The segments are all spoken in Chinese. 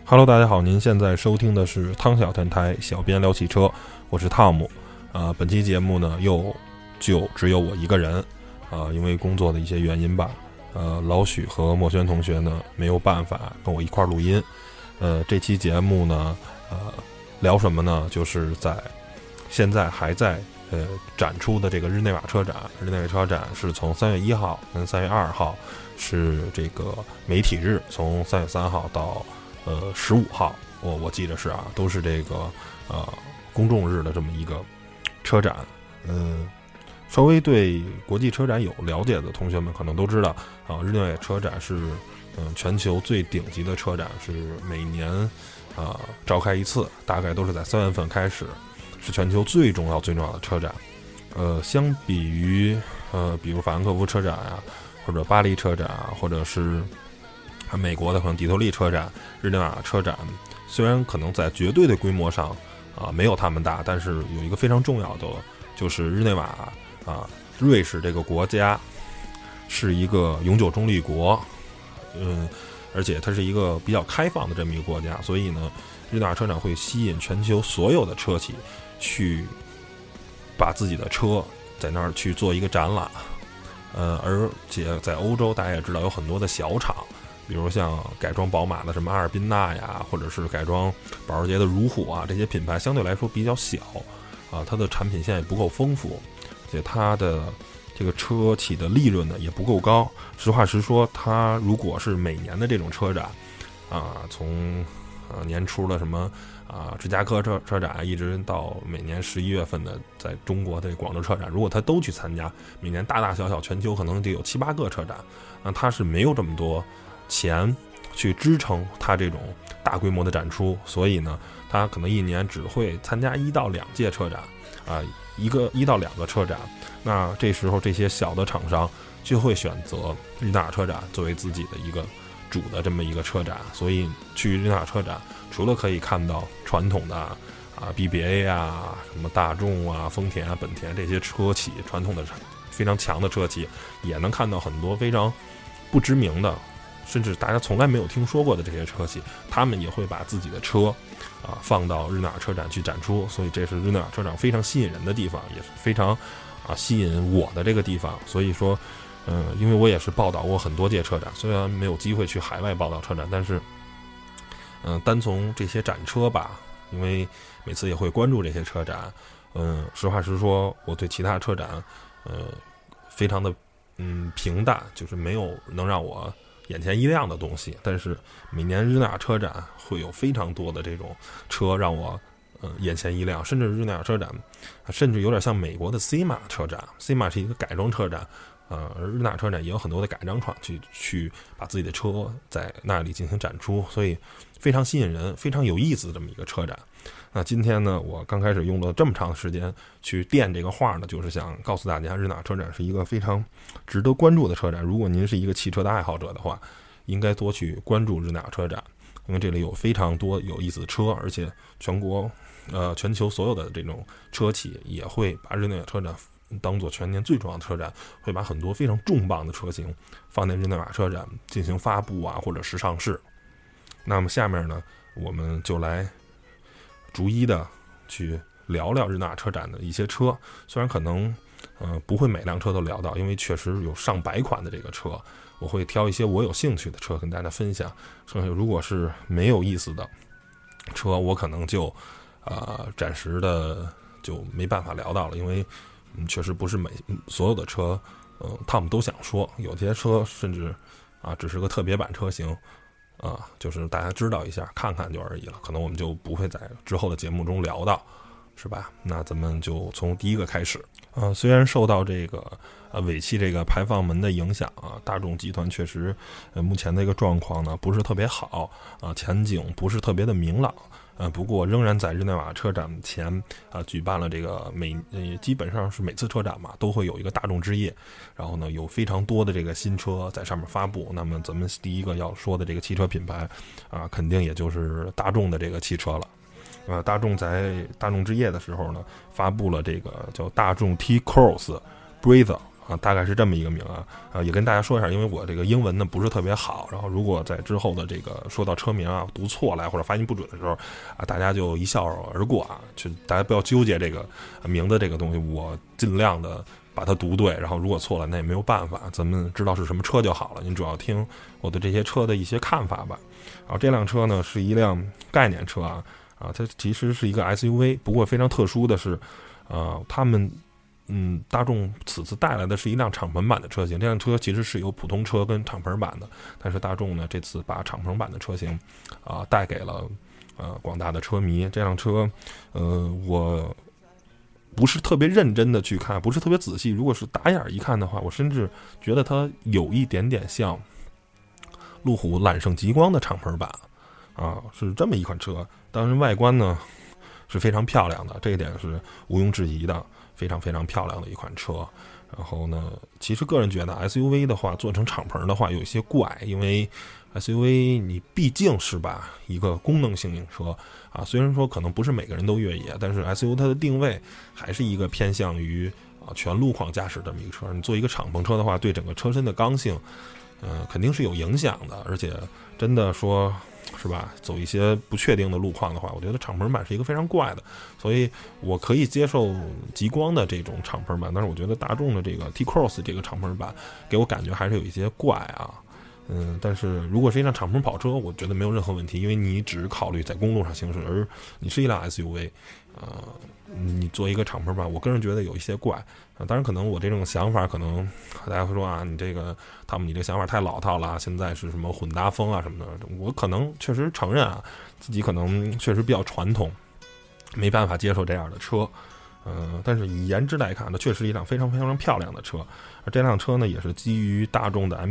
Hello， 大家好，您现在收听的是汤小电台，小编聊汽车，我是汤姆。本期节目呢就只有我一个人，因为工作的一些原因吧，老许和墨轩同学呢没有办法跟我一块录音。这期节目呢，聊什么呢？就是现在还在展出的这个日内瓦车展。日内瓦车展是从3月1号跟3月2号是这个媒体日，从3月3号到15号，我记得是都是这个公众日的这么一个车展。稍微对国际车展有了解的同学们可能都知道日内瓦车展是全球最顶级的车展，是每年召开一次，大概都是在3月份开始，是全球最重要的车展。相比于比如法兰克福车展或者巴黎车展或者是美国的可能底特律车展，日内瓦车展虽然可能在绝对的规模上没有他们大，但是有一个非常重要的，就是日内瓦瑞士这个国家是一个永久中立国，而且它是一个比较开放的这么一个国家，所以呢，日内瓦车展会吸引全球所有的车企去把自己的车在那儿去做一个展览。而且在欧洲大家也知道有很多的小厂，比如像改装宝马的什么阿尔宾纳呀，或者是改装保时捷的如虎这些品牌相对来说比较小它的产品线也不够丰富，而且它的这个车企的利润呢也不够高。实话实说，它如果是每年的这种车展从年初的什么芝加哥车展一直到每年11月份的在中国的广州车展，如果他都去参加，每年大大小小全球可能就有7、8个车展，那他是没有这么多钱去支撑他这种大规模的展出，所以呢，他可能一年只会参加1到2届车展1到2个车展。那这时候这些小的厂商就会选择日内瓦车展作为自己的一个主的这么一个车展，所以去日内瓦车展除了可以看到传统的BBA 什么大众丰田本田这些车企传统的非常强的车企，也能看到很多非常不知名的甚至大家从来没有听说过的这些车企，他们也会把自己的车放到日内瓦车展去展出，所以这是日内瓦车展非常吸引人的地方，也是非常吸引我的这个地方。所以说因为我也是报道过很多届车展，虽然没有机会去海外报道车展，但是单从这些展车吧，因为每次也会关注这些车展，实话实说，我对其他车展非常的平淡，就是没有能让我眼前一亮的东西。但是每年日内瓦车展会有非常多的这种车让我眼前一亮，甚至日内瓦车展甚至有点像美国的 SEMA 车展。 SEMA 是一个改装车展，而日内瓦车展也有很多的改装厂去把自己的车在那里进行展出，所以非常吸引人，非常有意思的这么一个车展。那今天呢，我刚开始用了这么长的时间去垫这个话呢，就是想告诉大家，日内瓦车展是一个非常值得关注的车展。如果您是一个汽车的爱好者的话，应该多去关注日内瓦车展，因为这里有非常多有意思的车，而且全球所有的这种车企也会把日内瓦车展当做全年最重要的车展，会把很多非常重磅的车型放在日内瓦车展进行发布或者是上市。那么下面呢，我们就来逐一的去聊聊日内瓦车展的一些车，虽然可能不会每辆车都聊到，因为确实有上百款的这个车，我会挑一些我有兴趣的车跟大家分享。剩下如果是没有意思的车，我可能就暂时的就没办法聊到了，因为确实不是所有的车他们都想说，有些车甚至只是个特别版车型就是大家知道一下看看就而已了，可能我们就不会在之后的节目中聊到，是吧？那咱们就从第一个开始。虽然受到这个尾气这个排放门的影响大众集团确实目前的一个状况呢不是特别好前景不是特别的明朗。不过仍然在日内瓦车展前举办了这个基本上是每次车展嘛都会有一个大众之夜，然后呢有非常多的这个新车在上面发布。那么咱们第一个要说的这个汽车品牌肯定也就是大众的这个汽车了。大众在大众之夜的时候呢发布了这个叫大众 T-Cross Breezer 大概是这么一个名也跟大家说一下，因为我这个英文呢不是特别好，然后如果在之后的这个说到车名读错了或者发音不准的时候大家就一笑而过就大家不要纠结这个名字这个东西，我尽量的把它读对，然后如果错了那也没有办法，咱们知道是什么车就好了，您主要听我对这些车的一些看法吧。然后这辆车呢是一辆概念车它其实是一个 SUV， 不过非常特殊的是他们大众此次带来的是一辆敞篷版的车型，这辆车其实是有普通车跟敞篷版的，但是大众呢这次把敞篷版的车型带给了广大的车迷。这辆车我不是特别认真的去看，不是特别仔细，如果是打眼一看的话，我甚至觉得它有一点点像路虎揽胜极光的敞篷版是这么一款车。当然外观呢是非常漂亮的，这一点是毋庸置疑的，非常非常漂亮的一款车。然后呢其实个人觉得 SUV 的话做成敞篷的话有一些怪，因为 SUV 你毕竟是把一个功能性车虽然说可能不是每个人都越野，但是 SUV 它的定位还是一个偏向于全路况驾驶这么一个车。你做一个敞篷车的话，对整个车身的刚性肯定是有影响的，而且真的说是吧，走一些不确定的路况的话，我觉得敞篷版是一个非常怪的，所以我可以接受极光的这种敞篷版，但是我觉得大众的这个 T-Cross 这个敞篷版给我感觉还是有一些怪但是如果是一辆敞篷跑车，我觉得没有任何问题，因为你只考虑在公路上行驶，而你是一辆 SUV，你做一个敞篷版，我个人觉得有一些怪当然可能我这种想法，可能大家会说你这个你这个想法太老套了，现在是什么混搭风什么的，我可能确实承认自己可能确实比较传统，没办法接受这样的车。但是以颜值来看呢，确实是一辆非常非常漂亮的车。而这辆车呢，也是基于大众的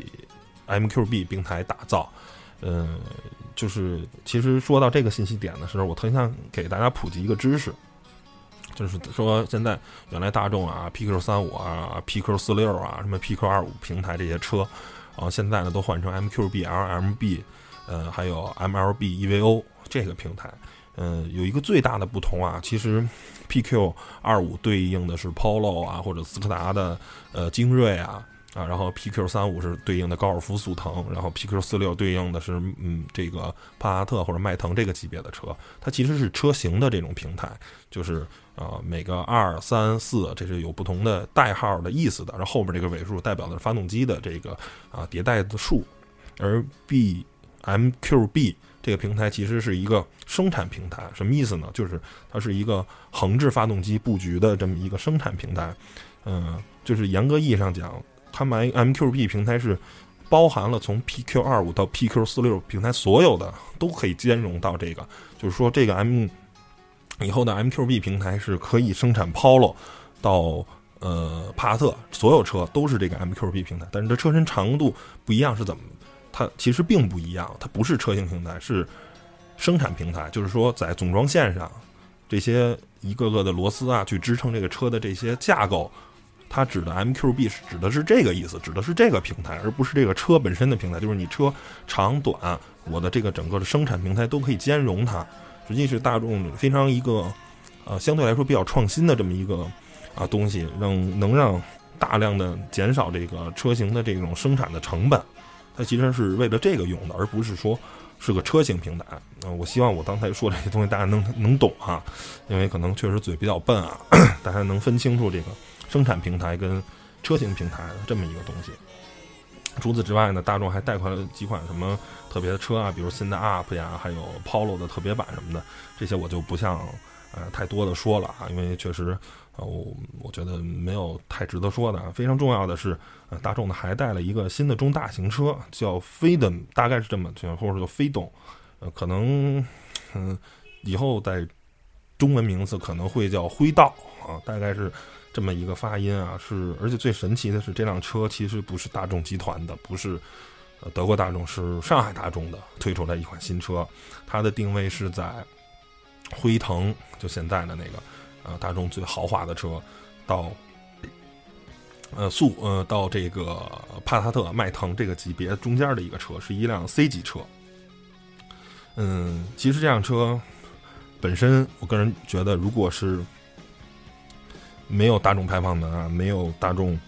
MQB 平台打造。就是其实说到这个信息点的时候，我特想给大家普及一个知识，就是说现在原来大众PQ35 PQ46 什么 PQ25 平台这些车现在呢都换成 MQB LMB 还有 MLB EVO 这个平台。有一个最大的不同其实 PQ25 对应的是 Polo 或者斯柯达的精锐然后 PQ35 是对应的高尔夫速腾，然后 PQ46 对应的是这个帕萨特或者迈腾这个级别的车。它其实是车型的这种平台，就是每个2、3、4这是有不同的代号的意思的，然后后面这个尾数代表的是发动机的这个迭代的数。而 MQB 这个平台其实是一个生产平台，什么意思呢？就是它是一个横置发动机布局的这么一个生产平台。就是严格意义上讲，他们 MQB 平台是包含了从 PQ25 到 PQ46 平台所有的都可以兼容到这个，就是说这个以后的 MQB 平台是可以生产 Polo 到帕萨特，所有车都是这个 MQB 平台，但是这车身长度不一样是怎么？它其实并不一样，它不是车型平台，是生产平台，就是说在总装线上这些一个个的螺丝去支撑这个车的这些架构，它指的 MQB 是指的是这个意思，指的是这个平台，而不是这个车本身的平台，就是你车长短，我的这个整个的生产平台都可以兼容它。实际是大众非常一个相对来说比较创新的这么一个东西，能让大量的减少这个车型的这种生产的成本。它其实是为了这个用的，而不是说是个车型平台。我希望我刚才说这些东西大家能懂因为可能确实嘴比较笨大家能分清楚这个生产平台跟车型平台的这么一个东西。除此之外呢，大众还带回了几款什么特别的车比如新的 UP 还有 Polo 的特别版什么的，这些我就不像太多的说了因为确实我觉得没有太值得说的。非常重要的是大众呢还带了一个新的中大型车，叫飞登，大概是这么或者叫飞动，可能以后在中文名字可能会叫辉道大概是这么一个发音是。而且最神奇的是，这辆车其实不是大众集团的，不是德国大众，是上海大众的推出的一款新车。它的定位是在辉腾，就现在的那个大众最豪华的车，到到这个帕萨特、迈腾这个级别中间的一个车，是一辆 C 级车。其实这辆车本身，我个人觉得，如果是没有大众排放门没有大众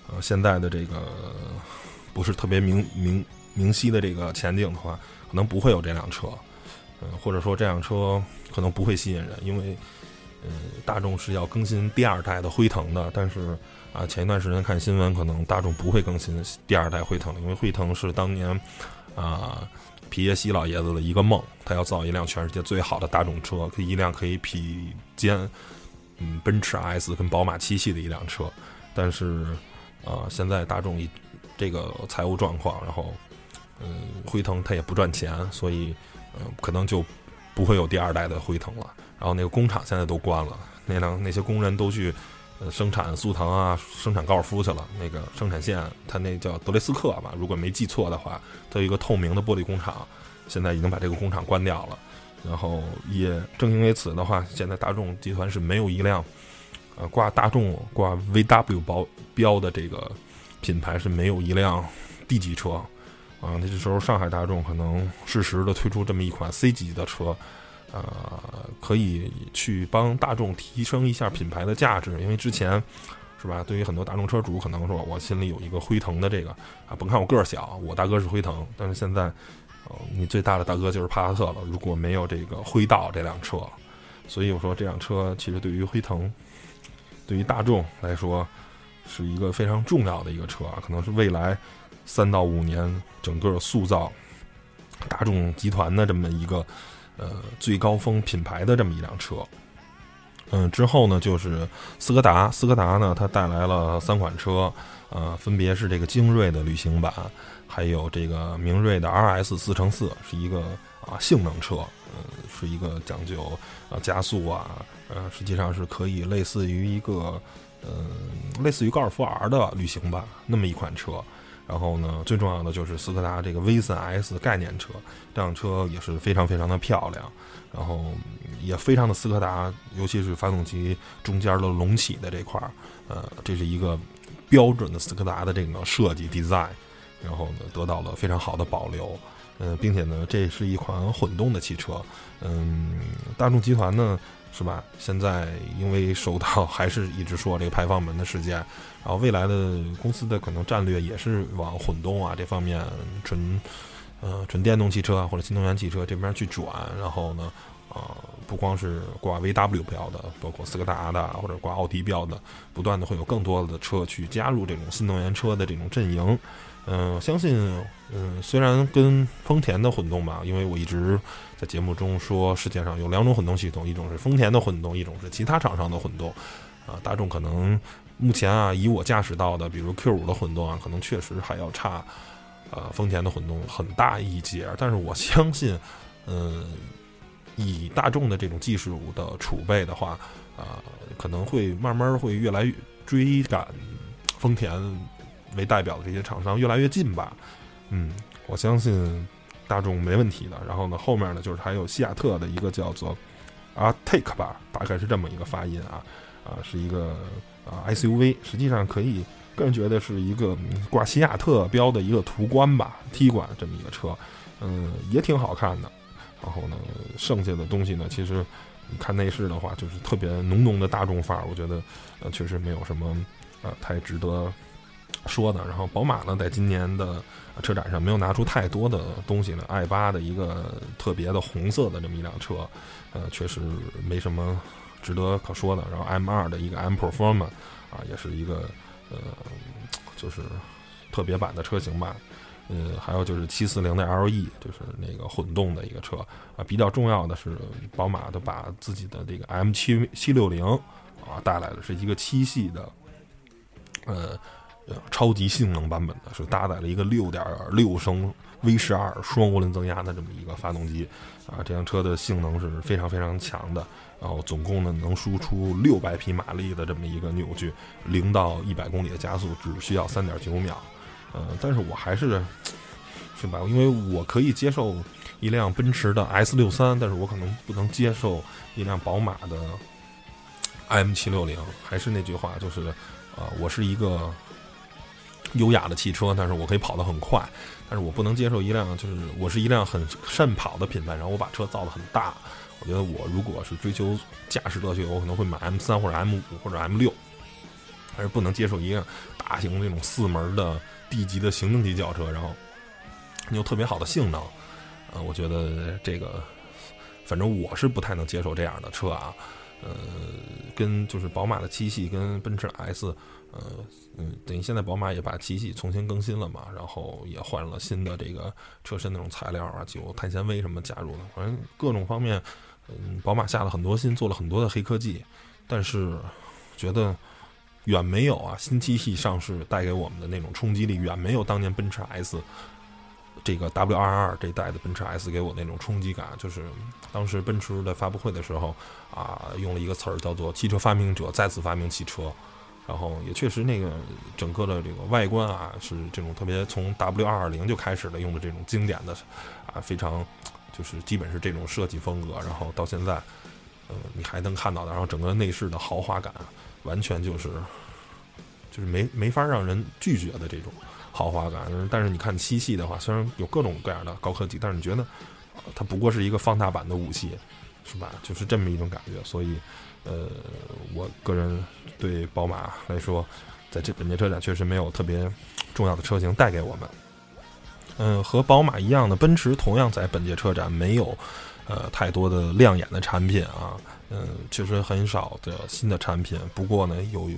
现在的这个不是特别明晰的这个前景的话，可能不会有这辆车，或者说这辆车可能不会吸引人，因为大众是要更新第2代的辉腾的，但是前一段时间看新闻，可能大众不会更新第2代辉腾了，因为辉腾是当年皮耶希老爷子的一个梦，他要造一辆全世界最好的大众车，一辆可以比肩奔驰 S 跟宝马7系的一辆车，但是现在大众以这个财务状况，然后辉腾它也不赚钱，所以可能就不会有第2代的辉腾了。然后那个工厂现在都关了，那些工人都去生产速腾啊，生产高尔夫去了。那个生产线它那叫德雷斯克吧，如果没记错的话，它有一个透明的玻璃工厂，现在已经把这个工厂关掉了。然后也正因为此的话，现在大众集团是没有一辆挂大众挂 VW 标的这个品牌是没有一辆 D 级车那这时候上海大众可能适时的推出这么一款 C 级的车，可以去帮大众提升一下品牌的价值，因为之前是吧，对于很多大众车主可能说我心里有一个辉腾的这个甭看我个儿小，我大哥是辉腾，但是现在你最大的大哥就是帕萨特了，如果没有这个辉道这辆车，所以我说这辆车其实对于辉腾对于大众来说是一个非常重要的一个车可能是未来3到5年整个塑造大众集团的这么一个最高峰品牌的这么一辆车。之后呢就是斯柯达呢它带来了3款车，分别是这个精锐的旅行版，还有这个明锐的 RS 4x4，是一个性能车，是一个讲究加速实际上是可以类似于一个类似于高尔夫 R 的旅行版那么一款车。然后呢，最重要的就是斯柯达这个 V3S 概念车，这辆车也是非常非常的漂亮，然后也非常的斯柯达，尤其是发动机中间的隆起的这块这是一个标准的斯柯达的这个设计 design， 然后呢得到了非常好的保留，并且呢这是一款混动的汽车，大众集团呢是吧？现在因为受到还是一直说这个排放门的事件，然后未来的公司的可能战略也是往混动这方面纯电动汽车或者新能源汽车这边去转，然后呢不光是挂 VW 标的，包括斯柯达的或者挂奥迪标的，不断的会有更多的车去加入这种新能源车的这种阵营。相信虽然跟丰田的混动吧，因为我一直在节目中说世界上有2种混动系统，一种是丰田的混动，一种是其他厂商的混动大众可能目前以我驾驶到的比如 Q5 的混动可能确实还要差丰田的混动很大一截，但是我相信以大众的这种技术的储备的话可能会慢慢会越来越追赶丰田为代表的这些厂商越来越近吧。我相信大众没问题的。然后呢后面呢就是还有西雅特的一个叫做Arctic 吧，大概是这么一个发音是一个SUV， 实际上可以个人觉得是一个挂西雅特标的一个途观吧，T 馆这么一个车，也挺好看的。然后呢剩下的东西呢其实你看内饰的话就是特别浓的大众范儿，我觉得确实没有什么太值得说的。然后宝马呢在今年的车展上没有拿出太多的东西了，i8的一个特别的红色的这么一辆车确实没什么值得可说的。然后 M2 的一个 M Performance 也是一个就是特别版的车型吧。还有就是740的 LE， 就是那个混动的一个车比较重要的是宝马的把自己的这个 M760带来的是一个7系的超级性能版本的，是搭载了一个 6.6 升 V12 双涡轮增压的这么一个发动机这辆车的性能是非常非常强的，然后总共呢能输出600匹马力的这么一个扭矩，0到100公里的加速只需要 3.9 秒。但是我还是吧，因为我可以接受一辆奔驰的 S63， 但是我可能不能接受一辆宝马的 M760。还是那句话，就是我是一个优雅的汽车，但是我可以跑得很快，但是我不能接受一辆就是我是一辆很善跑的品牌，然后我把车造得很大。我觉得我如果是追求驾驶乐趣，我可能会买 M3 或者 M5 或者 M6， 还是不能接受一个大型这种4门的 D 级的行政级轿车，然后有特别好的性能，我觉得这个反正我是不太能接受这样的车啊。跟就是宝马的7系跟奔驰的 S， 等于现在宝马也把7系重新更新了嘛，然后也换了新的这个车身那种材料啊，就碳纤维什么加入的，反正各种方面，宝马下了很多心，做了很多的黑科技，但是觉得远没有啊新7系上市带给我们的那种冲击力，远没有当年奔驰 S。这个 W222 这代的奔驰 S 给我那种冲击感，就是当时奔驰的发布会的时候用了一个词儿叫做汽车发明者再次发明汽车，然后也确实那个整个的这个外观是这种特别从 W220 就开始的用的这种经典的非常就是基本是这种设计风格，然后到现在你还能看到的，然后整个内饰的豪华感完全就是没法让人拒绝的这种豪华感。但是你看7系的话，虽然有各种各样的高科技，但是你觉得它不过是一个放大版的5系，是吧？就是这么一种感觉。所以我个人对宝马来说，在本届车展确实没有特别重要的车型带给我们。和宝马一样的，奔驰同样在本届车展没有太多的亮眼的产品啊，确实很少的新的产品。不过呢，有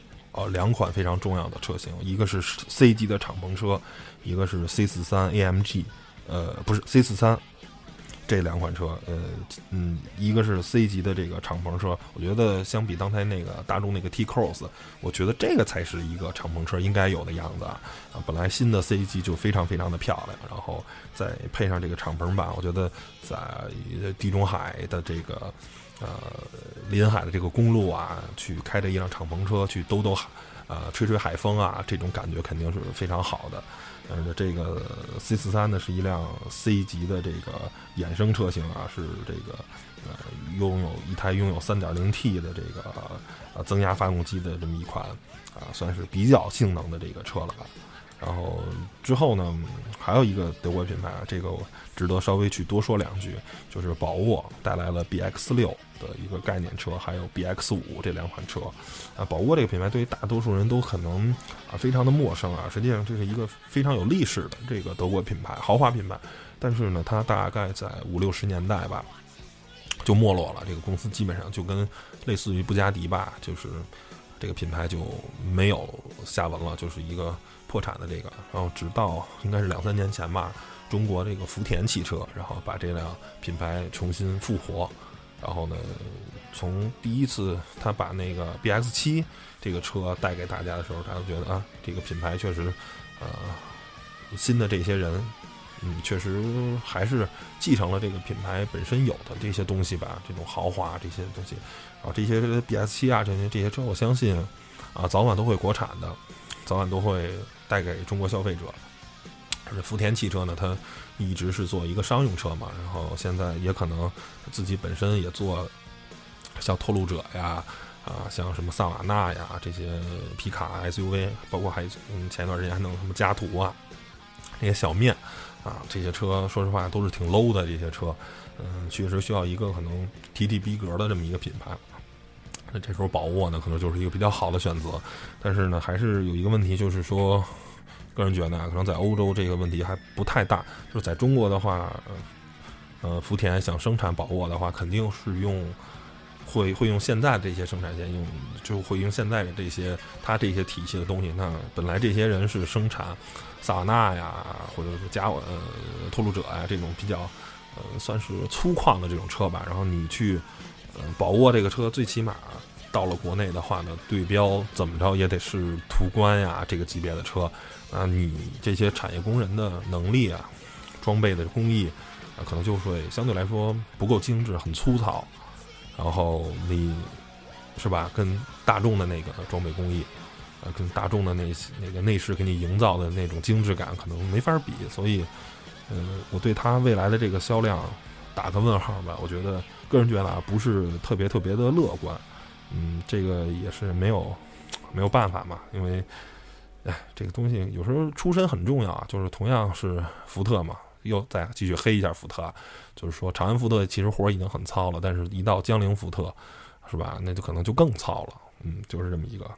2款非常重要的车型，一个是 C 级的敞篷车，一个是 C43 AMG， 不是 C43， 这2款车，一个是 C 级的这个敞篷车，我觉得相比刚才那个大众那个 T-Cross， 我觉得这个才是一个敞篷车应该有的样子啊。本来新的 C 级就非常非常的漂亮，然后再配上这个敞篷版，我觉得在地中海的这个临海的这个公路去开着一辆敞篷车去兜兜海，吹吹海风这种感觉肯定是非常好的。这个 C43 呢是一辆 C 级的这个衍生车型是这个拥有 3.0T 的这个增压发动机的这么一款算是比较性能的这个车了吧。然后之后呢，还有一个德国品牌这个值得稍微去多说2句，就是宝沃带来了 BX6 的一个概念车，还有 BX5 这2款车。宝沃这个品牌对于大多数人都可能非常的陌生实际上这是一个非常有历史的这个德国品牌，豪华品牌。但是呢，它大概在50-60年代吧就没落了，这个公司基本上就跟类似于布加迪吧，就是这个品牌就没有下文了，就是一个破产的这个。然后直到应该是2-3年前吧，中国这个福田汽车然后把这辆品牌重新复活，然后呢从第一次他把那个 BX7 这个车带给大家的时候，他就觉得这个品牌确实新的这些人确实还是继承了这个品牌本身有的这些东西吧，这种豪华这些东西。这些 BS7 这些车我相信早晚都会国产的，早晚都会带给中国消费者。而且福田汽车呢，它一直是做一个商用车嘛，然后现在也可能自己本身也做像透露者呀像什么萨瓦纳呀这些皮卡 SUV， 包括还前一段时间还弄什么家途这些小面这些车说实话都是挺 low 的，这些车确实需要一个可能提逼格的这么一个品牌。那这时候宝沃呢可能就是一个比较好的选择。但是呢还是有一个问题，就是说个人觉得可能在欧洲这个问题还不太大，就是在中国的话福田想生产宝沃的话，肯定是会用现在的这些生产线，就会用现在的这些它这些体系的东西。那本来这些人是生产萨瓦纳呀，或者是透露者这种比较算是粗犷的这种车吧，然后你去宝沃这个车最起码到了国内的话呢，对标怎么着也得是途观呀这个级别的车。你这些产业工人的能力装备的工艺可能就会相对来说不够精致，很粗糙。然后你是吧，跟大众的那个装备工艺跟大众的那个内饰给你营造的那种精致感可能没法比。所以我对它未来的这个销量打个问号吧。我觉得个人觉得不是特别的乐观。这个也是没有办法嘛，因为这个东西有时候出身很重要就是同样是福特嘛，又再继续黑一下福特，就是说长安福特其实活已经很糙了，但是一到江铃福特是吧，那就可能就更糙了。就是这么一个。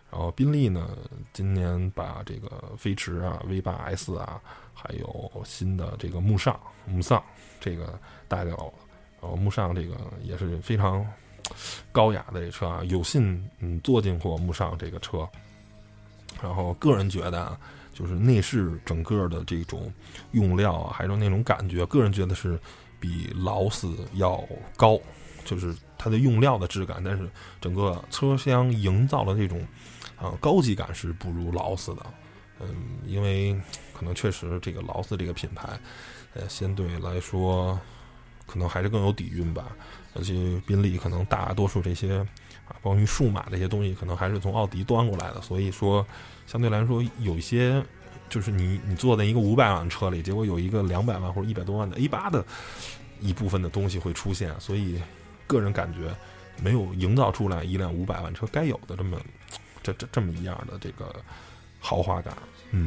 然后宾利呢，今年把这个飞驰啊、V8S 啊，还有新的这个慕尚这个带掉了。然后慕尚这个也是非常高雅的这车啊，有幸坐进过慕尚这个车。然后个人觉得啊，就是内饰整个的这种用料啊，还有那种感觉，个人觉得是比劳斯要高，就是它的用料的质感，但是整个车厢营造的这种高级感是不如劳斯的。因为可能确实这个劳斯这个品牌相对来说可能还是更有底蕴吧，而且宾利可能大多数这些关于数码这些东西可能还是从奥迪端过来的，所以说相对来说有一些就是你坐在一个500万车里，结果有一个200万或者100多万的 A8 的一部分的东西会出现，所以个人感觉没有营造出来一辆500万车该有的这么一样的这个豪华感。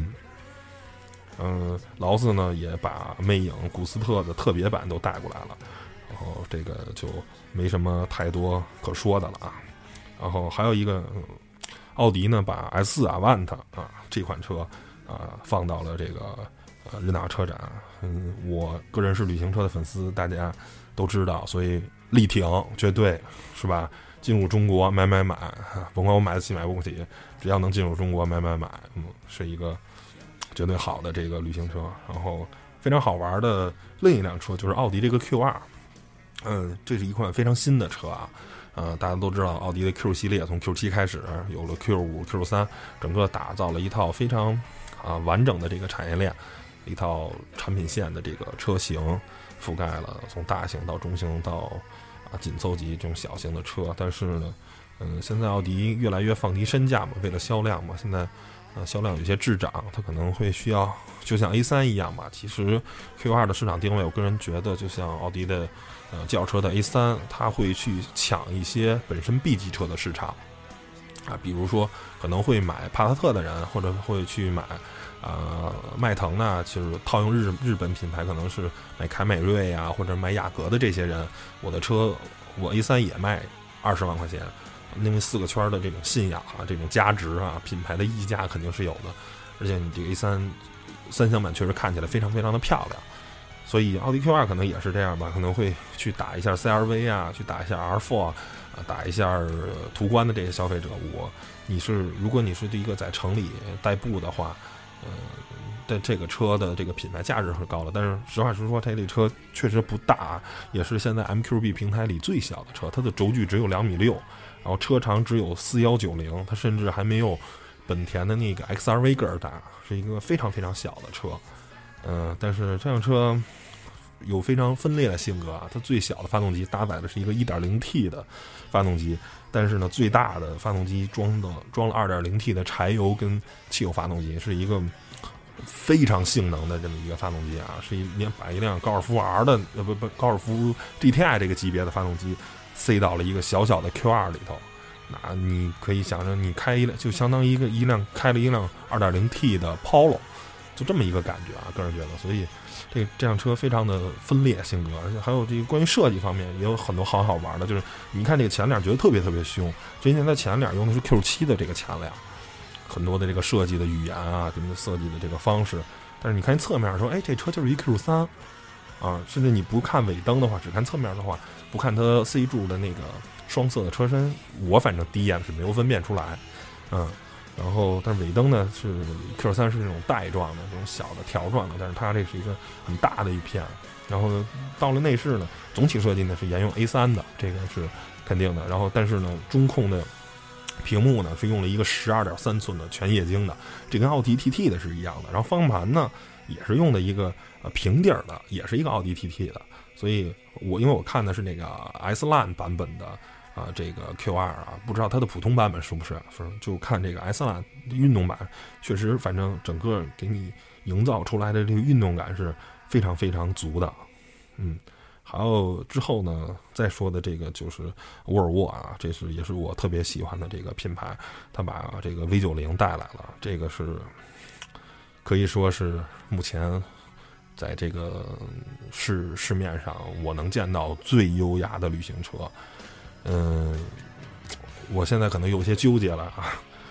劳斯呢也把魅影古斯特的特别版都带过来了，然后这个就没什么太多可说的了啊。然后还有一个奥迪呢把 S4 Avant 这款车放到了这个日内瓦车展。我个人是旅行车的粉丝，大家都知道，所以力挺绝对是吧，进入中国买，甭管我买得起买不起，只要能进入中国买，是一个绝对好的这个旅行车。然后非常好玩的另一辆车就是奥迪这个 Q2，这是一款非常新的车啊。大家都知道奥迪的 Q 系列从 Q7 开始有了 Q5、Q3，整个打造了一套非常完整的这个产业链，一套产品线的这个车型，覆盖了从大型到中型到紧凑级这种小型的车。但是呢，现在奥迪越来越放低身价嘛，为了销量嘛，现在销量有些滞涨，它可能会需要就像 A3 一样吧。其实 Q2 的市场定位，我个人觉得就像奥迪的轿车的 A3， 它会去抢一些本身 B 级车的市场比如说可能会买帕萨特的人，或者会去买迈腾啊，就是套用日本品牌，可能是买凯美瑞啊，或者买雅阁的这些人，我的车我 A3 也卖20万块钱，因为4个圈的这种信仰这种价值品牌的溢价肯定是有的，而且你这个 A3 三厢版确实看起来非常非常的漂亮，所以奥迪 Q2 可能也是这样吧，可能会去打一下 CR-V 去打一下 R4 打一下途观的这些消费者。如果你是一个在城里代步的话，但这个车的这个品牌价值是高的，但是实话实说，它这车确实不大，也是现在 MQB 平台里最小的车，它的轴距只有2.6米，然后车长只有4190，它甚至还没有本田的那个 XR-V 个儿大，是一个非常非常小的车。但是这辆车有非常分裂的性格它最小的发动机搭载的是一个 1.0T 的发动机，但是呢最大的发动机装了 2.0T 的柴油跟汽油发动机，是一个非常性能的这么一个发动机是把一辆高尔夫 R 的高尔夫 GTI 这个级别的发动机塞到了一个小小的 Q2 里头。那你可以想着你开一辆就相当于开了一辆 2.0T 的 Polo， 就这么一个感觉个人觉得。所以这辆车非常的分裂性格，而且还有这个关于设计方面也有很多好玩的，就是你看这个前脸觉得特别特别凶，之前在前脸用的是 Q7 的这个前脸，很多的这个设计的语言什么设计的这个方式，但是你看侧面说这车就是一 Q3 甚至你不看尾灯的话，只看侧面的话，不看它 C 柱的那个双色的车身，我反正第一眼是没有分辨出来然后但是尾灯呢是 Q3 是那种带状的这种小的条状的，但是它这是一个很大的一片。然后呢到了内饰呢，总体设计呢是沿用 A3 的，这个是肯定的。然后但是呢中控的屏幕呢是用了一个 12.3 寸的全液晶的，这跟奥迪 TT 的是一样的。然后方向盘呢也是用的一个平底的，也是一个奥迪 TT 的。所以因为我看的是那个 S-Line 版本的这个 Q2 不知道它的普通版本是不是就看这个 S-Line 运动版，确实反正整个给你营造出来的这个运动感是非常非常足的。还有之后呢再说的这个就是沃尔沃这也是我特别喜欢的这个品牌，它把这个 V90 带来了，这个是可以说是目前在这个市面上我能见到最优雅的旅行车。我现在可能有些纠结了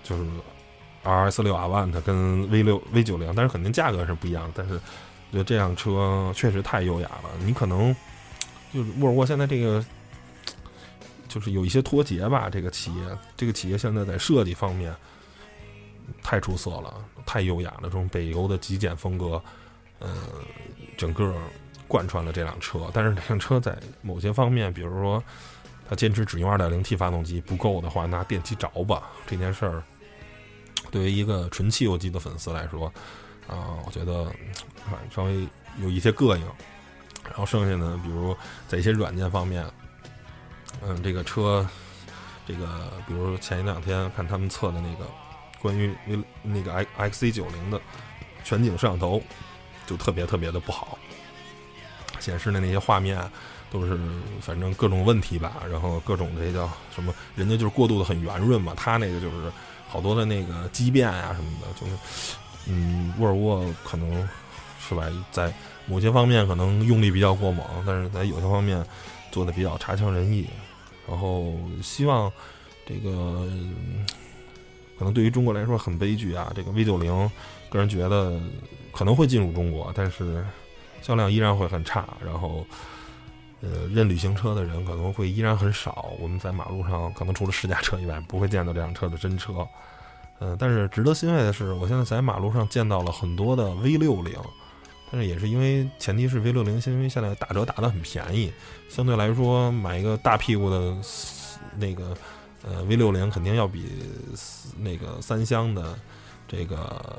就是 RS6 Avant 跟 V90，但是肯定价格是不一样的。但是我觉得这辆车确实太优雅了，你可能就是沃尔沃现在这个就是有一些脱节吧，这个企业现在在设计方面太出色了，太优雅了，这种北欧的极简风格，整个贯穿了这辆车。但是这辆车在某些方面，比如说它坚持只用 2.0T 发动机不够的话，拿电机着吧，这件事儿对于一个纯汽油机的粉丝来说我觉得稍微有一些膈应。然后剩下呢，比如在一些软件方面，这个车，这个比如前一两天看他们测的那个关于那个 XC90 的全景摄像头，就特别的不好，显示的那些画面都是反正各种问题吧，然后各种这叫什么，人家就是过渡的很圆润嘛，他那个就是好多的那个畸变呀什么的，就是沃尔沃可能是吧，在某些方面可能用力比较过猛，但是在有些方面做的比较差强人意。然后希望这个可能对于中国来说很悲剧啊，这个 V90 个人觉得可能会进入中国，但是销量依然会很差，然后认旅行车的人可能会依然很少，我们在马路上可能除了试驾车以外不会见到这辆车的真车。但是值得欣慰的是，我现在在马路上见到了很多的 V60，但是也是因为前提是 V60 因为现在打折打得很便宜，相对来说买一个大屁股的那个V60 肯定要比那个三厢的这个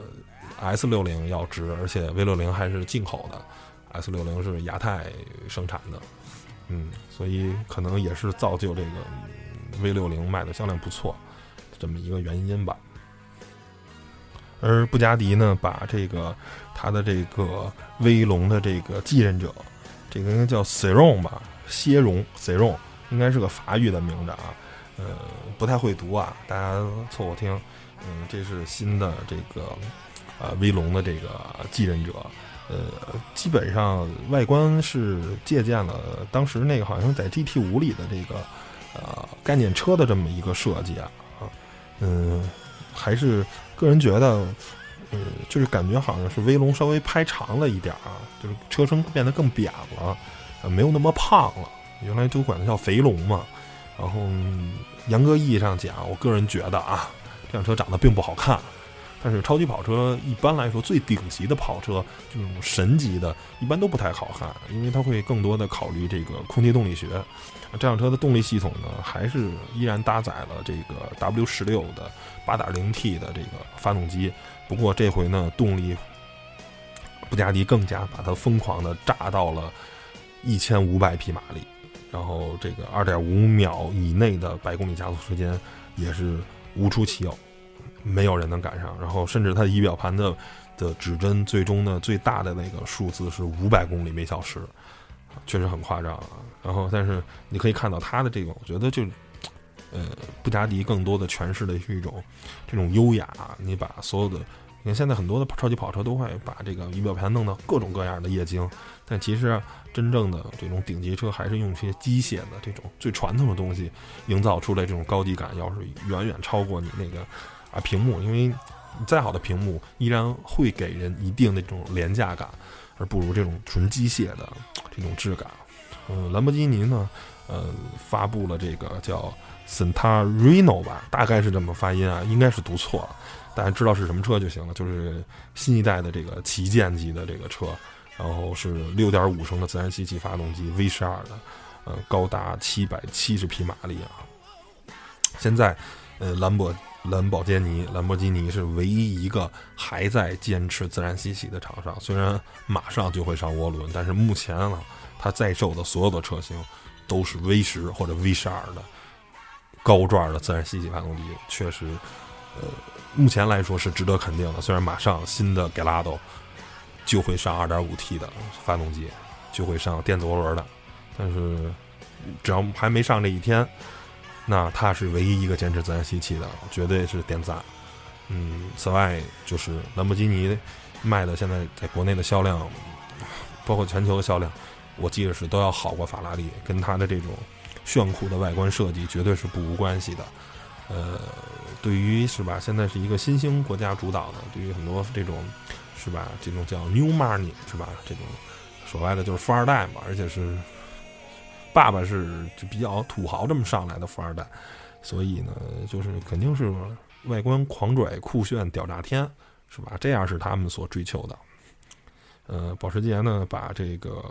S60 要值，而且 V60 还是进口的， S60 是亚太生产的，所以可能也是造就这个V60 卖的销量不错这么一个原因吧。而布加迪呢，把这个它的这个威龙的这个继任者，这个应该叫 Ciron 吧，歇容 Ciron 应该是个法语的名字啊，不太会读啊，大家凑合听。这是新的这个威龙的这个继任者，基本上外观是借鉴了当时那个好像在 GT5 里的这个概念车的这么一个设计啊，还是个人觉得，就是感觉好像是威龙稍微拍长了一点啊，就是车身变得更扁了，没有那么胖了。原来就管它叫肥龙嘛。然后严格意义上讲，我个人觉得啊，这辆车长得并不好看。但是超级跑车一般来说，最顶级的跑车，这种神级的，一般都不太好看，因为它会更多的考虑这个空气动力学。这辆车的动力系统呢，还是依然搭载了这个 W16的 8.0T 的这个发动机，不过这回呢，动力布加迪更加把它疯狂的炸到了1500匹马力，然后这个 2.5 秒以内的100公里加速时间也是无出其右，没有人能赶上。然后甚至它的仪表盘的指针最终的最大的那个数字是500公里每小时，确实很夸张啊。然后但是你可以看到它的这种，我觉得就布加迪更多的诠释的是一种这种优雅。你把所有的，你看现在很多的超级跑车都会把这个仪表盘弄到各种各样的液晶，但其实真正的这种顶级车还是用一些机械的这种最传统的东西营造出来，这种高级感要是远远超过你那个屏幕，因为你再好的屏幕依然会给人一定的这种廉价感，而不如这种纯机械的这种质感。兰博基尼呢发布了这个叫 Centarino 吧，大概是这么发音啊，应该是读错了，大家知道是什么车就行了，就是新一代的这个旗舰级的这个车，然后是 6.5 升的自然吸气发动机 V12 的，高达770匹马力啊。现在兰博基尼是唯一一个还在坚持自然吸气的厂商，虽然马上就会上涡轮，但是目前呢，它在售的所有的车型都是 V10 或者 V12 的高转的自然吸气发动机，确实目前来说是值得肯定的。虽然马上新的 Gallardo 就会上 2.5T 的发动机，就会上电子涡轮的，但是只要还没上这一天，那它是唯一一个坚持自然吸气的，绝对是点赞。此外就是兰博基尼卖的现在在国内的销量，包括全球的销量，我记得是都要好过法拉利，跟它的这种炫酷的外观设计绝对是不无关系的。 对于是吧，现在是一个新兴国家主导的，对于很多这种是吧，这种叫 new money 是吧，这种所谓的就是富二代嘛，而且是爸爸是就比较土豪这么上来的富二代，所以呢，就是肯定是外观狂拽、酷炫、屌炸天，是吧？这样是他们所追求的。保时捷呢，把这个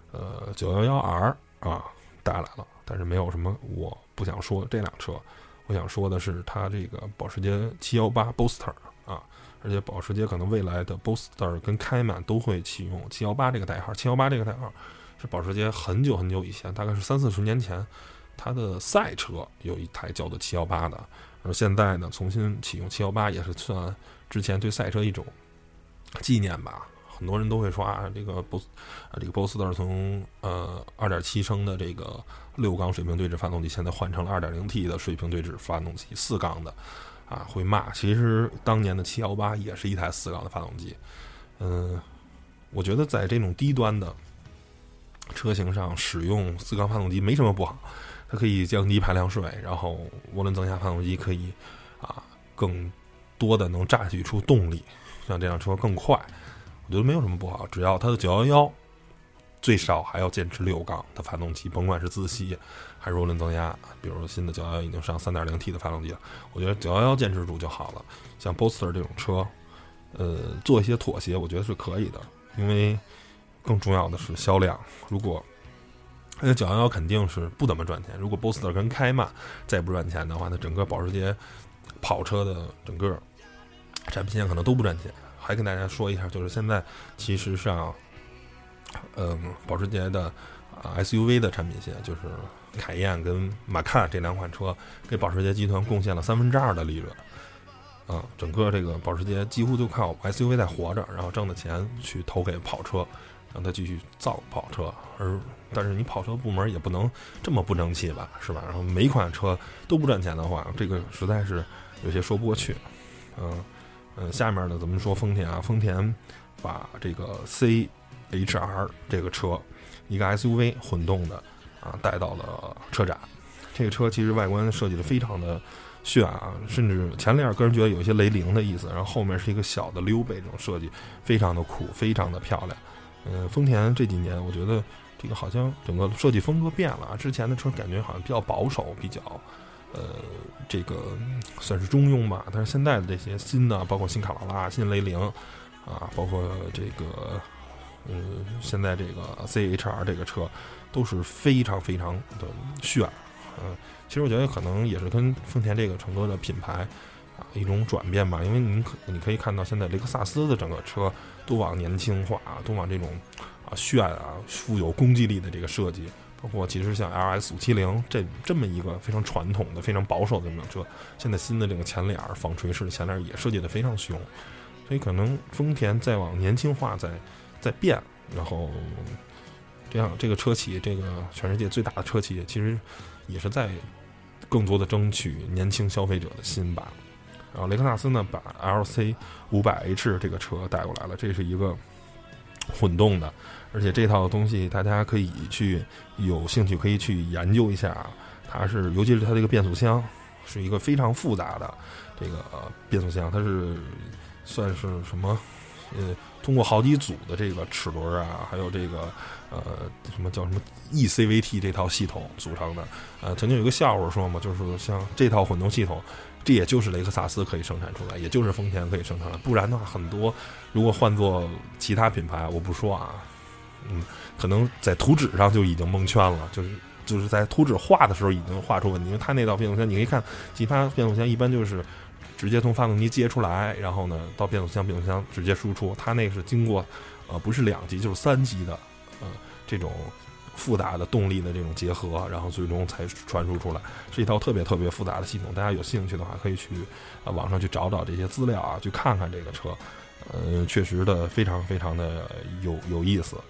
911R 啊带来了，但是没有什么我不想说这辆车。我想说的是，它这个保时捷718 Boxster 啊，而且保时捷可能未来的 Boxster 跟开曼都会启用718这个代号。718这个代号是保时捷很久很久以前，大概是30-40年前，它的赛车有一台叫做718的，而现在呢重新启用718，也是算之前对赛车一种纪念吧。很多人都会说啊，这个 Boxster 从2.7升的这个6缸水平对置发动机，现在换成了 2.0T 的水平对置发动机，4缸的啊，会骂。其实当年的718也是一台4缸的发动机。我觉得在这种低端的车型上使用4缸发动机没什么不好，它可以降低排量税，然后涡轮增压发动机可以更多的能榨取出动力，让这辆车更快。我觉得没有什么不好，只要它的911最少还要坚持6缸的发动机，甭管是自吸还是涡轮增压。比如说新的911已经上 3.0T 的发动机了，我觉得911坚持住就好了。像 Boxster 这种车，做一些妥协，我觉得是可以的，因为更重要的是销量。如果911肯定是不怎么赚钱，如果 Boxster 跟开曼再不赚钱的话，那整个保时捷跑车的整个产品线可能都不赚钱。还跟大家说一下，就是现在其实上，保时捷的SUV 的产品线，就是凯宴跟马看这两款车，给保时捷集团贡献了2/3的利润。整个这个保时捷几乎就靠 SUV 在活着，然后挣的钱去投给跑车，让它继续造跑车。但是你跑车部门也不能这么不争气吧，是吧？然后每一款车都不赚钱的话，这个实在是有些说不过去。下面呢，咱们说丰田啊，丰田把这个 CHR 这个车，一个 SUV 混动的带到了车展。这个车其实外观设计的非常的炫啊，甚至前脸个人觉得有一些雷凌的意思，然后后面是一个小的溜背，这种设计非常的酷，非常的漂亮。丰田这几年我觉得这个好像整个设计风格变了，之前的车感觉好像比较保守，比较这个算是中庸吧，但是现在的这些新的，包括新卡罗拉、新雷凌包括这个现在这个 CHR 这个车都是非常非常的炫。其实我觉得可能也是跟丰田这个整个的品牌一种转变吧，因为你可以看到现在雷克萨斯的整个车都往年轻化，都往这种炫富有攻击力的这个设计。包括其实像 LS570这么一个非常传统的、非常保守的这辆车，现在新的这个前脸纺锤式的前脸也设计的非常凶，所以可能丰田再往年轻化在变，然后这样这个车企，这个全世界最大的车企，其实也是在更多的争取年轻消费者的心吧。然后雷克萨斯呢，把 LC500H 这个车带过来了，这是一个混动的。而且这套东西大家可以有兴趣可以去研究一下，它是尤其是它这个变速箱是一个非常复杂的这个变速箱，它是算是什么通过好几组的这个齿轮还有这个什么叫什么 ECVT 这套系统组成的。曾经有一个笑话说嘛，就是像这套混动系统，这也就是雷克萨斯可以生产出来，也就是丰田可以生产出来，不然的话很多如果换做其他品牌，我不说可能在图纸上就已经蒙圈了，就是在图纸画的时候已经画出问题。因为它那套变速箱，你可以看其他变速箱一般就是直接从发动机接出来，然后呢到变速箱直接输出，它那个是经过不是2级就是3级的这种复杂的动力的这种结合，然后最终才传输出来，是一套特别特别复杂的系统。大家有兴趣的话可以去网上去找这些资料去看看这个车，确实的非常非常的有意思。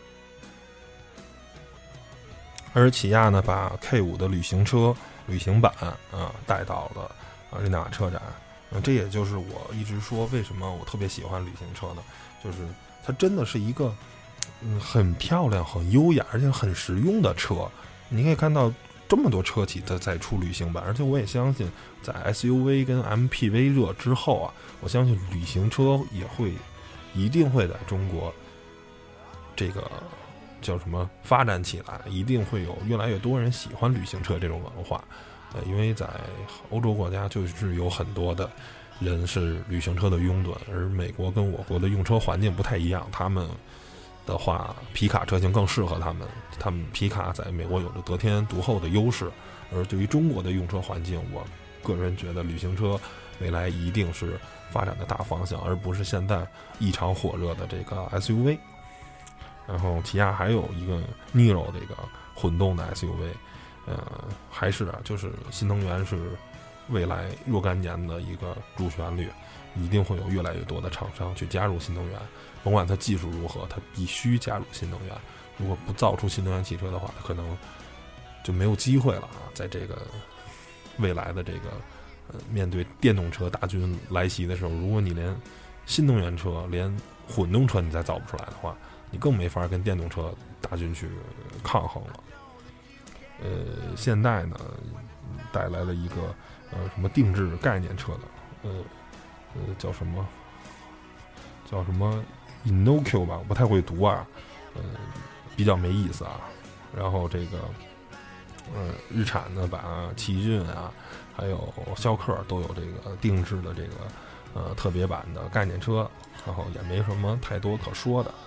而起亚呢，把 K5 的旅行版带到了日内瓦车展。这也就是我一直说为什么我特别喜欢旅行车的，就是它真的是一个很漂亮、很优雅，而且很实用的车。你可以看到这么多车企在出旅行版，而且我也相信，在 SUV 跟 MPV 热之后啊，我相信旅行车一定会在中国这个叫什么发展起来，一定会有越来越多人喜欢旅行车这种文化。因为在欧洲国家就是有很多的人是旅行车的拥趸，而美国跟我国的用车环境不太一样，他们的话皮卡车型更适合他们皮卡在美国有着得天独厚的优势，而对于中国的用车环境，我个人觉得旅行车未来一定是发展的大方向，而不是现在异常火热的这个 SUV。 然后起亚还有一个 Niro 这个混动的 SUV，还是就是新能源是未来若干年的一个主旋律，一定会有越来越多的厂商去加入新能源，甭管它技术如何，它必须加入新能源。如果不造出新能源汽车的话，它可能就没有机会了啊！在这个未来的这个面对电动车大军来袭的时候，如果你连新能源车、连混动车你再造不出来的话，你更没法跟电动车大军去抗衡了。现代呢带来了一个什么定制概念车的，叫什么 Inoq 吧，我不太会读啊，比较没意思啊。然后这个日产呢把奇骏啊还有逍客都有这个定制的这个特别版的概念车，然后也没什么太多可说的。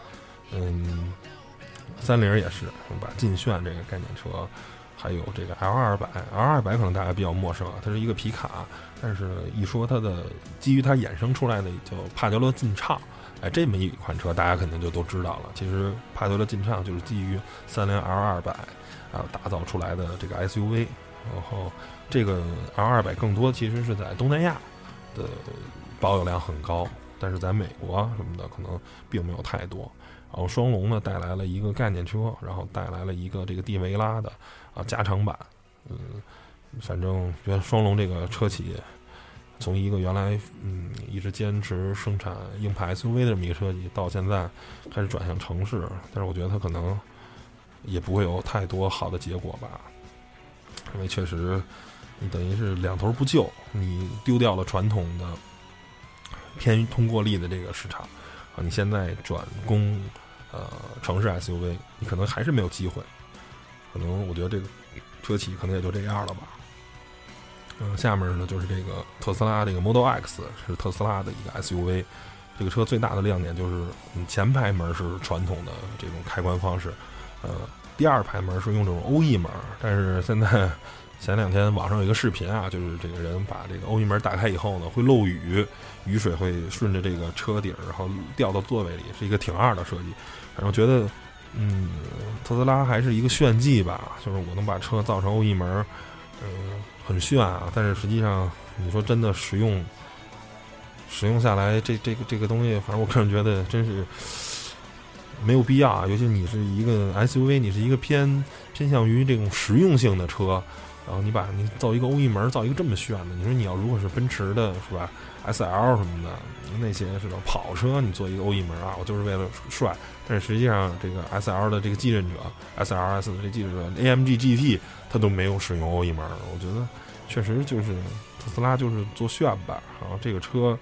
三菱也是把劲炫这个概念车，还有这个 L200 可能大家比较陌生啊，它是一个皮卡，但是一说它的基于它衍生出来的叫帕杰罗劲畅，这么一款车大家肯定就都知道了。其实帕杰罗劲畅就是基于三菱 L200打造出来的这个 SUV， 然后这个 L200 更多其实是在东南亚的保有量很高，但是在美国什么的可能并没有太多。然后双龙呢带来了一个概念车，然后带来了一个这个蒂维拉的加长版。反正觉得双龙这个车企从一个原来一直坚持生产硬派 SUV 的这么一个车企，到现在开始转向城市，但是我觉得它可能也不会有太多好的结果吧，因为确实你等于是两头不就，你丢掉了传统的偏通过力的这个市场啊，你现在转攻城市 SUV， 你可能还是没有机会，可能我觉得这个车企可能也就这样了吧。下面呢就是这个特斯拉这个 Model X 是特斯拉的一个 SUV， 这个车最大的亮点就是前排门是传统的这种开关方式，第二排门是用这种欧翼门，但是现在前两天网上有一个视频啊，就是这个人把这个欧翼门打开以后呢，会漏雨，雨水会顺着这个车顶然后掉到座位里，是一个挺二的设计。反正觉得特斯拉还是一个炫技吧，就是我能把车造成欧翼门，很炫啊，但是实际上你说真的使用下来，这个东西，反正我个人觉得真是没有必要啊。尤其你是一个 SUV， 你是一个偏向于这种实用性的车，然后你造一个欧翼门，造一个这么炫的，你说你要如果是奔驰的是吧 SL 什么的那些是吧跑车，你做一个欧翼门啊，我就是为了帅。但是实际上这个 SL 的这个继任者 SLS 的这继任者 AMG GT 它都没有使用欧翼门，我觉得确实就是特斯拉就是做炫吧。然后这个车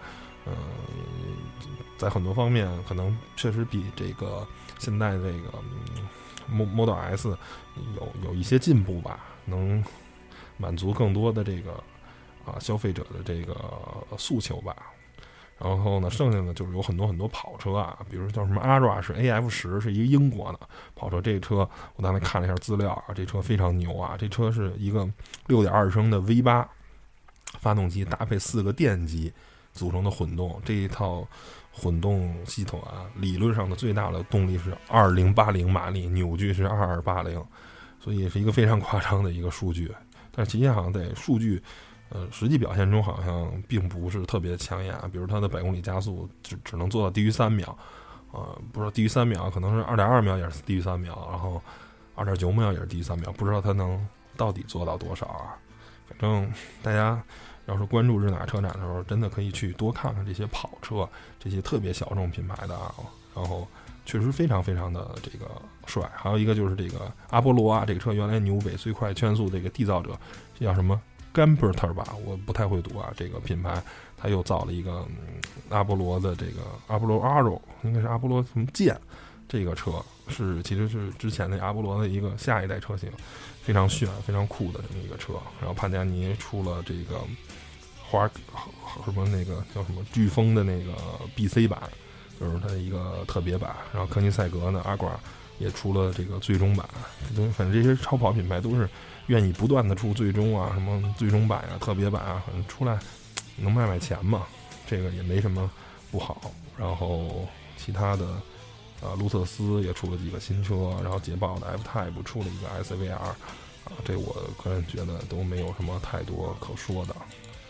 在很多方面可能确实比这个现在这个Model S 有一些进步吧，能满足更多的这个消费者的这个诉求吧。然后呢，剩下的就是有很多跑车啊，比如叫什么 Arush AF10，是一个英国的跑车。这个车我刚才看了一下资料啊，这车非常牛啊，这车是一个 6.2 升的 V8 发动机搭配4个电机组成的混动，这一套混动系统啊，理论上的最大的动力是2080马力，扭矩是2280，所以是一个非常夸张的一个数据。但实际上好像在数据实际表现中好像并不是特别抢眼，比如它的100公里加速只能做到低于3秒，不知道低于3秒，可能是2.2秒也是低于3秒，然后2.9秒也是低于3秒，不知道它能到底做到多少啊。反正大家要是关注日乃车展的时候，真的可以去多看看这些跑车，这些特别小众品牌的啊， 然后确实非常非常的这个帅。还有一个就是这个阿波罗啊，这个车原来纽北最快圈速这个缔造者，这叫什么 Gamberter 吧，我不太会读啊，这个品牌他又造了一个阿波罗的这个阿波罗 Arrow， 应该是阿波罗什么剑，这个车其实是之前的阿波罗的一个下一代车型，非常炫非常酷的这么一个车。然后帕加尼出了这个什么那个叫什么飓风的那个 BC 版，就是它的一个特别版。然后科尼赛格呢阿瓜也出了这个最终版。反正这些超跑品牌都是愿意不断的出最终啊，什么最终版啊特别版啊，反正出来能卖钱嘛，这个也没什么不好。然后其他的路特斯也出了几个新车，然后捷豹的 F-Type 出了一个 SVR 啊，这我个人觉得都没有什么太多可说的。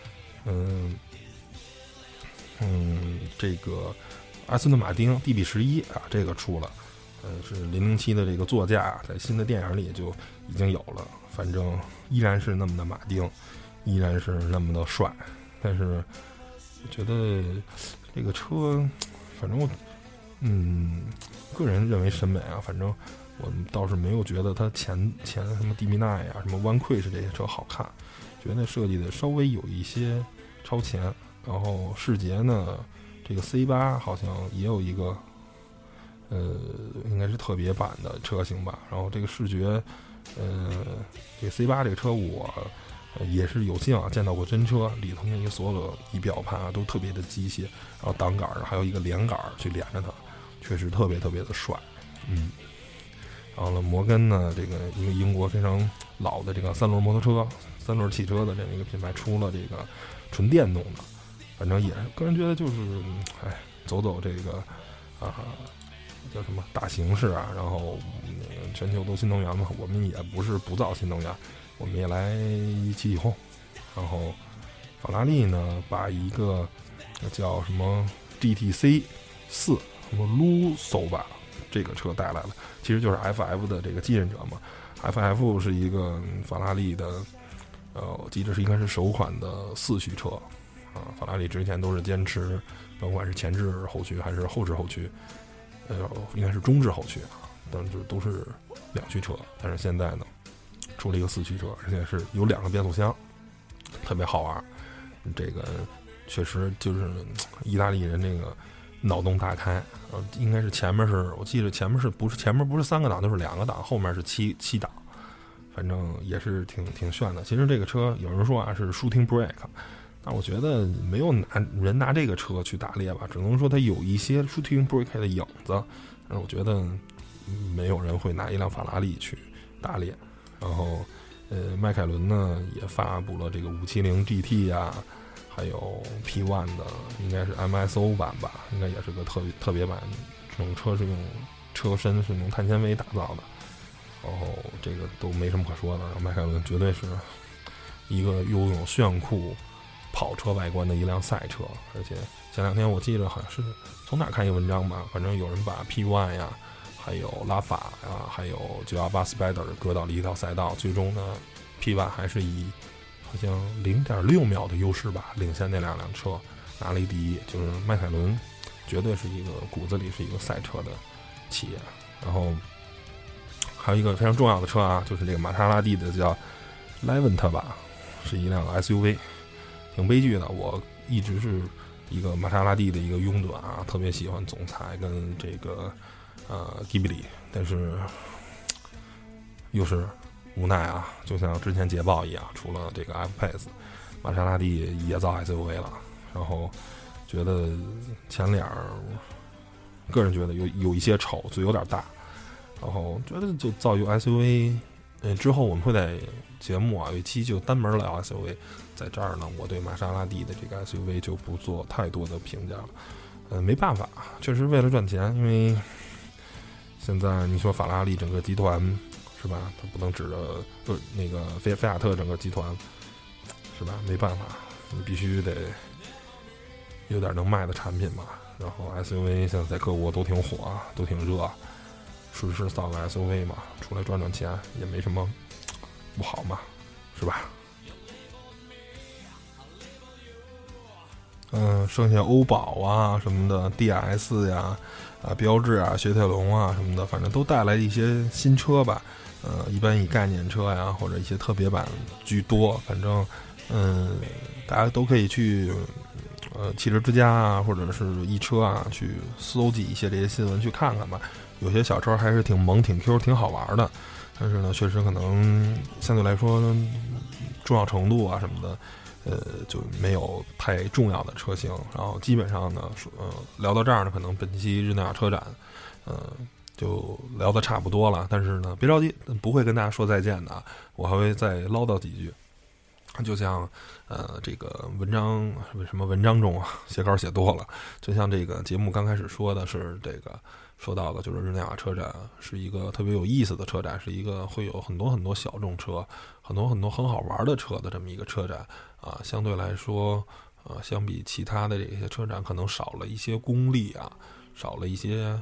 这个阿斯顿马丁 DB11 啊，这个出了，是007的这个座驾，在新的电影里就已经有了。反正依然是那么的马丁，依然是那么的帅。但是我觉得这个车，反正我个人认为审美啊，反正我倒是没有觉得它前什么 DB9 啊，什么 One Quick 这些车好看，觉得设计的稍微有一些超前。然后世捷呢，这个 C8 好像也有一个应该是特别版的车型吧。然后这个视觉这个 C8 这个车我也是有幸见到过真车，里头那些所有的仪表盘啊都特别的机械，然后挡杆还有一个连杆去连着它，确实特别特别的帅。然后呢，摩根呢，这个一个英国非常老的这个三轮摩托车、三轮汽车的这么一个品牌，出了这个纯电动的。反正也是个人觉得就是走这个叫什么大形势啊，然后全球都新能源嘛，我们也不是不造新能源，我们也来起哄。然后法拉利呢，把一个叫什么 GTC 4什么 Lusso 吧这个车带来了，其实就是 FF 的这个继任者嘛。FF 是一个法拉利的我记得是应该是首款的4驱车法拉利之前都是坚持甭管是前置后驱还是后置后驱应该是中置后驱但是都是2驱车。但是现在呢出了一个4驱车，而且是有2个变速箱，特别好玩。这个确实就是意大利人这个脑洞大开应该是前面是我记得前面不是3个档，就是2个档，后面是七档，反正也是挺炫的。其实这个车有人说啊是 shooting brake，但我觉得没有人拿这个车去打猎吧，只能说它有一些 shooting brake 的影子，但是我觉得没有人会拿一辆法拉利去打猎。然后迈凯伦呢也发布了这个570 GT 啊，还有 P1 的应该是 MSO 版吧，应该也是个特别版。这种车是用车身是用碳纤维打造的，然后这个都没什么可说的。然后迈凯伦绝对是一个拥有炫酷跑车外观的一辆赛车。而且前2天我记得好像是从哪看一个文章吧，反正有人把 P1 呀还有拉法啊还有918 Spider 搁到了一条赛道，最终呢 P1 还是以好像 0.6 秒的优势吧领先那2辆车拿了一第一。就是迈凯伦绝对是一个骨子里是一个赛车的企业。然后还有一个非常重要的车啊，就是这个玛莎拉蒂的叫 Levante 吧，是一辆 SUV， 挺悲剧的。我一直是一个玛莎拉蒂的一个拥趸啊，特别喜欢总裁跟这个吉比里，但是又是无奈啊，就像之前捷豹一样，出了这个 F-Pace， 玛莎拉蒂也造 SUV 了。然后觉得前脸个人觉得有一些丑，嘴有点大，然后觉得就造一个 SUV。之后我们会在节目有一期就单门聊 SUV， 在这儿呢我对玛莎拉蒂的这个 SUV 就不做太多的评价了。没办法，确实为了赚钱，因为现在你说法拉利整个集团是吧，它不能指着那个菲亚特整个集团是吧，没办法，你必须得有点能卖的产品嘛。然后 SUV 现在在各国都挺火，都挺热，顺势造个 SUV 嘛，出来赚钱也没什么不好嘛，是吧？ 剩下欧宝啊什么的 DS 呀标致啊雪铁龙啊什么的，反正都带来一些新车吧。一般以概念车呀或者一些特别版居多，反正大家都可以去汽车之家啊或者是易车啊去搜集一些这些新闻去看看吧。有些小车还是挺萌挺 Q 挺好玩的，但是呢确实可能相对来说重要程度啊什么的就没有太重要的车型。然后基本上呢聊到这儿呢，可能本期日内瓦车展就聊得差不多了，但是呢别着急，不会跟大家说再见的，我还会再唠叨几句。就像这个文章为什么文章中写稿写多了，就像这个节目刚开始说的是这个说到的就是日内瓦车展是一个特别有意思的车展，是一个会有很多很多小众车很多很多很好玩的车的这么一个车展啊。相对来说相比其他的这些车展可能少了一些功利啊，少了一些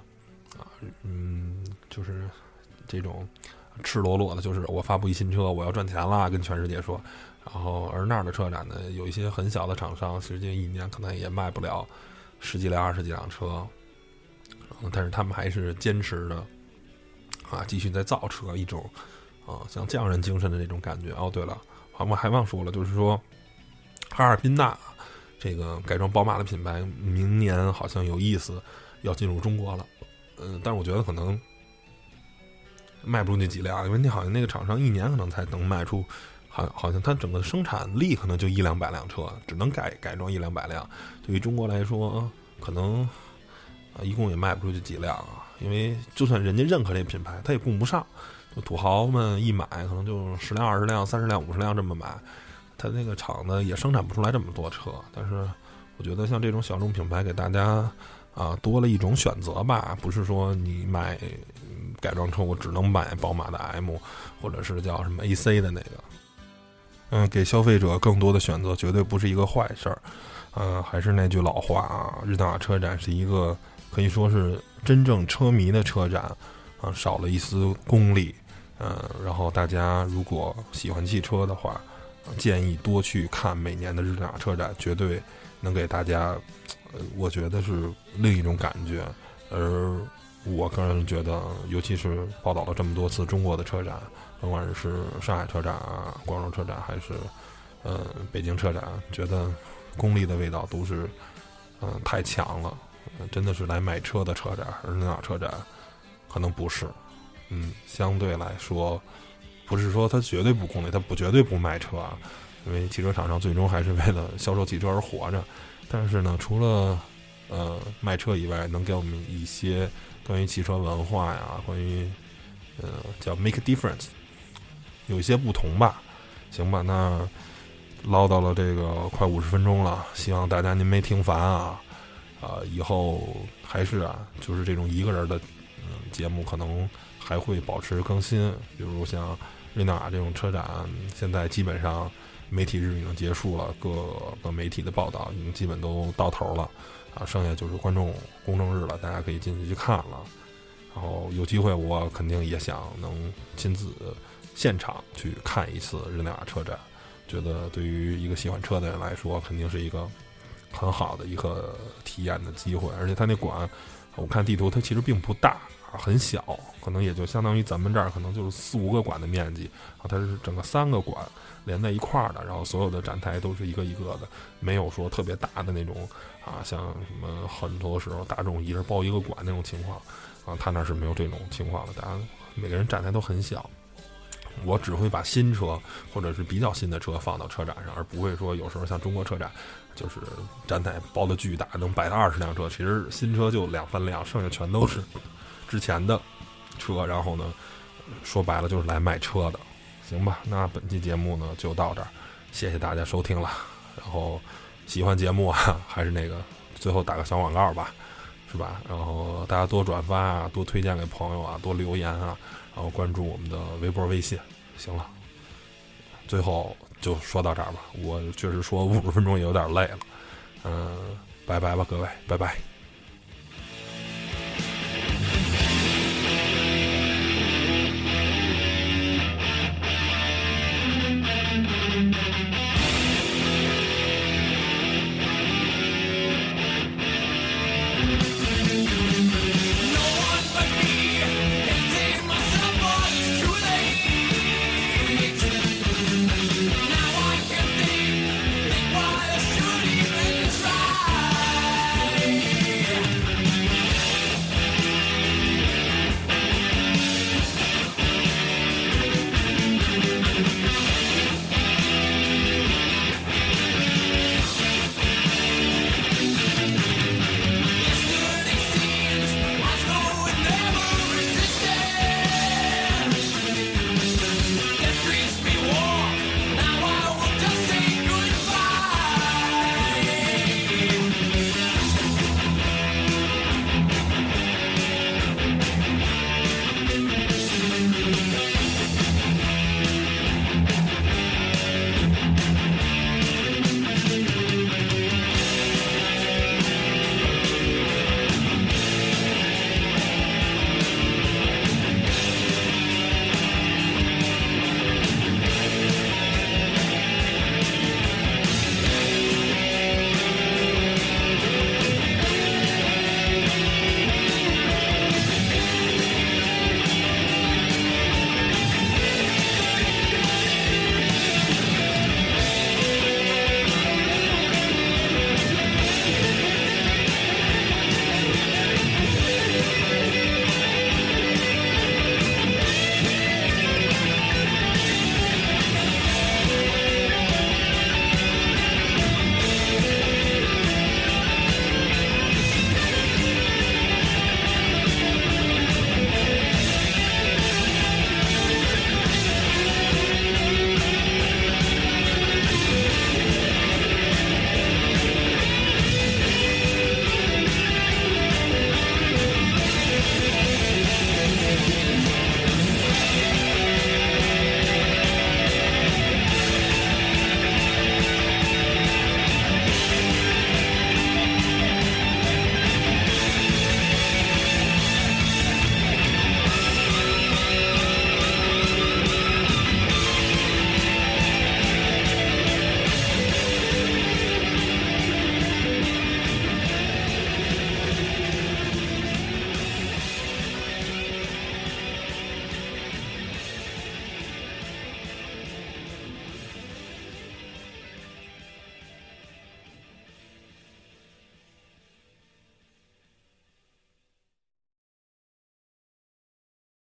就是这种赤裸裸的，就是我发布一新车我要赚钱啦跟全世界说。然后而那儿的车展呢，有一些很小的厂商实际一年可能也卖不了10几辆20几辆车，但是他们还是坚持的继续在造车，一种像匠人精神的这种感觉。对了，我还忘说了，就是说哈尔滨纳这个改装宝马的品牌明年好像有意思要进入中国了，但是我觉得可能卖不出去几辆，因为好像那个厂商一年可能才能卖出好像它整个生产力可能就100-200辆车，只能改装100-200辆。对于中国来说可能一共也卖不出去几辆因为就算人家认可这品牌它也供不上，就土豪们一买可能就10辆20辆30辆50辆这么买，它那个厂子也生产不出来这么多车。但是我觉得像这种小众品牌给大家多了一种选择吧，不是说你买改装车我只能买宝马的 M 或者是叫什么 AC 的那个。给消费者更多的选择绝对不是一个坏事儿。还是那句老话日内瓦车展是一个可以说是真正车迷的车展少了一丝功利。然后大家如果喜欢汽车的话，建议多去看每年的日内瓦车展，绝对能给大家我觉得是另一种感觉。而我个人觉得，尤其是报道了这么多次中国的车展，甭管是上海车展广州车展还是北京车展，觉得功利的味道都是太强了，真的是来买车的车展。而日内瓦车展可能不是，相对来说不是说它绝对不功利，它绝对不卖车因为汽车厂商最终还是为了销售汽车而活着。但是呢，除了卖车以外，能给我们一些关于汽车文化关于叫 make a difference 有一些不同吧。行吧，那唠叨了这个快50分钟了，希望大家您没听烦以后还是就是这种一个人的节目可能还会保持更新，比如像日内瓦这种车展，现在基本上媒体日已经结束了，各个媒体的报道已经基本都到头了剩下就是观众公众日了，大家可以进去看了。然后有机会我肯定也想能亲自现场去看一次日内瓦车展，觉得对于一个喜欢车的人来说肯定是一个很好的一个体验的机会。而且它那馆我看地图它其实并不大很小，可能也就相当于咱们这儿可能就是4-5个馆的面积它是整个3个馆连在一块儿的，然后所有的展台都是一个一个的，没有说特别大的那种像什么很多时候大众一人包一个馆那种情况他那是没有这种情况的，大家每个人展台都很小。我只会把新车或者是比较新的车放到车展上，而不会说有时候像中国车展就是展台包的巨大，能摆到20辆车，其实新车就2-3辆，剩下全都是之前的车，然后呢说白了就是来卖车的。行吧，那本期节目呢就到这儿，谢谢大家收听了。然后喜欢节目还是那个最后打个小广告吧，是吧？然后大家多转发多推荐给朋友多留言然后关注我们的微博微信。行了，最后就说到这儿吧，我确实说50分钟也有点累了。拜拜吧各位，拜拜。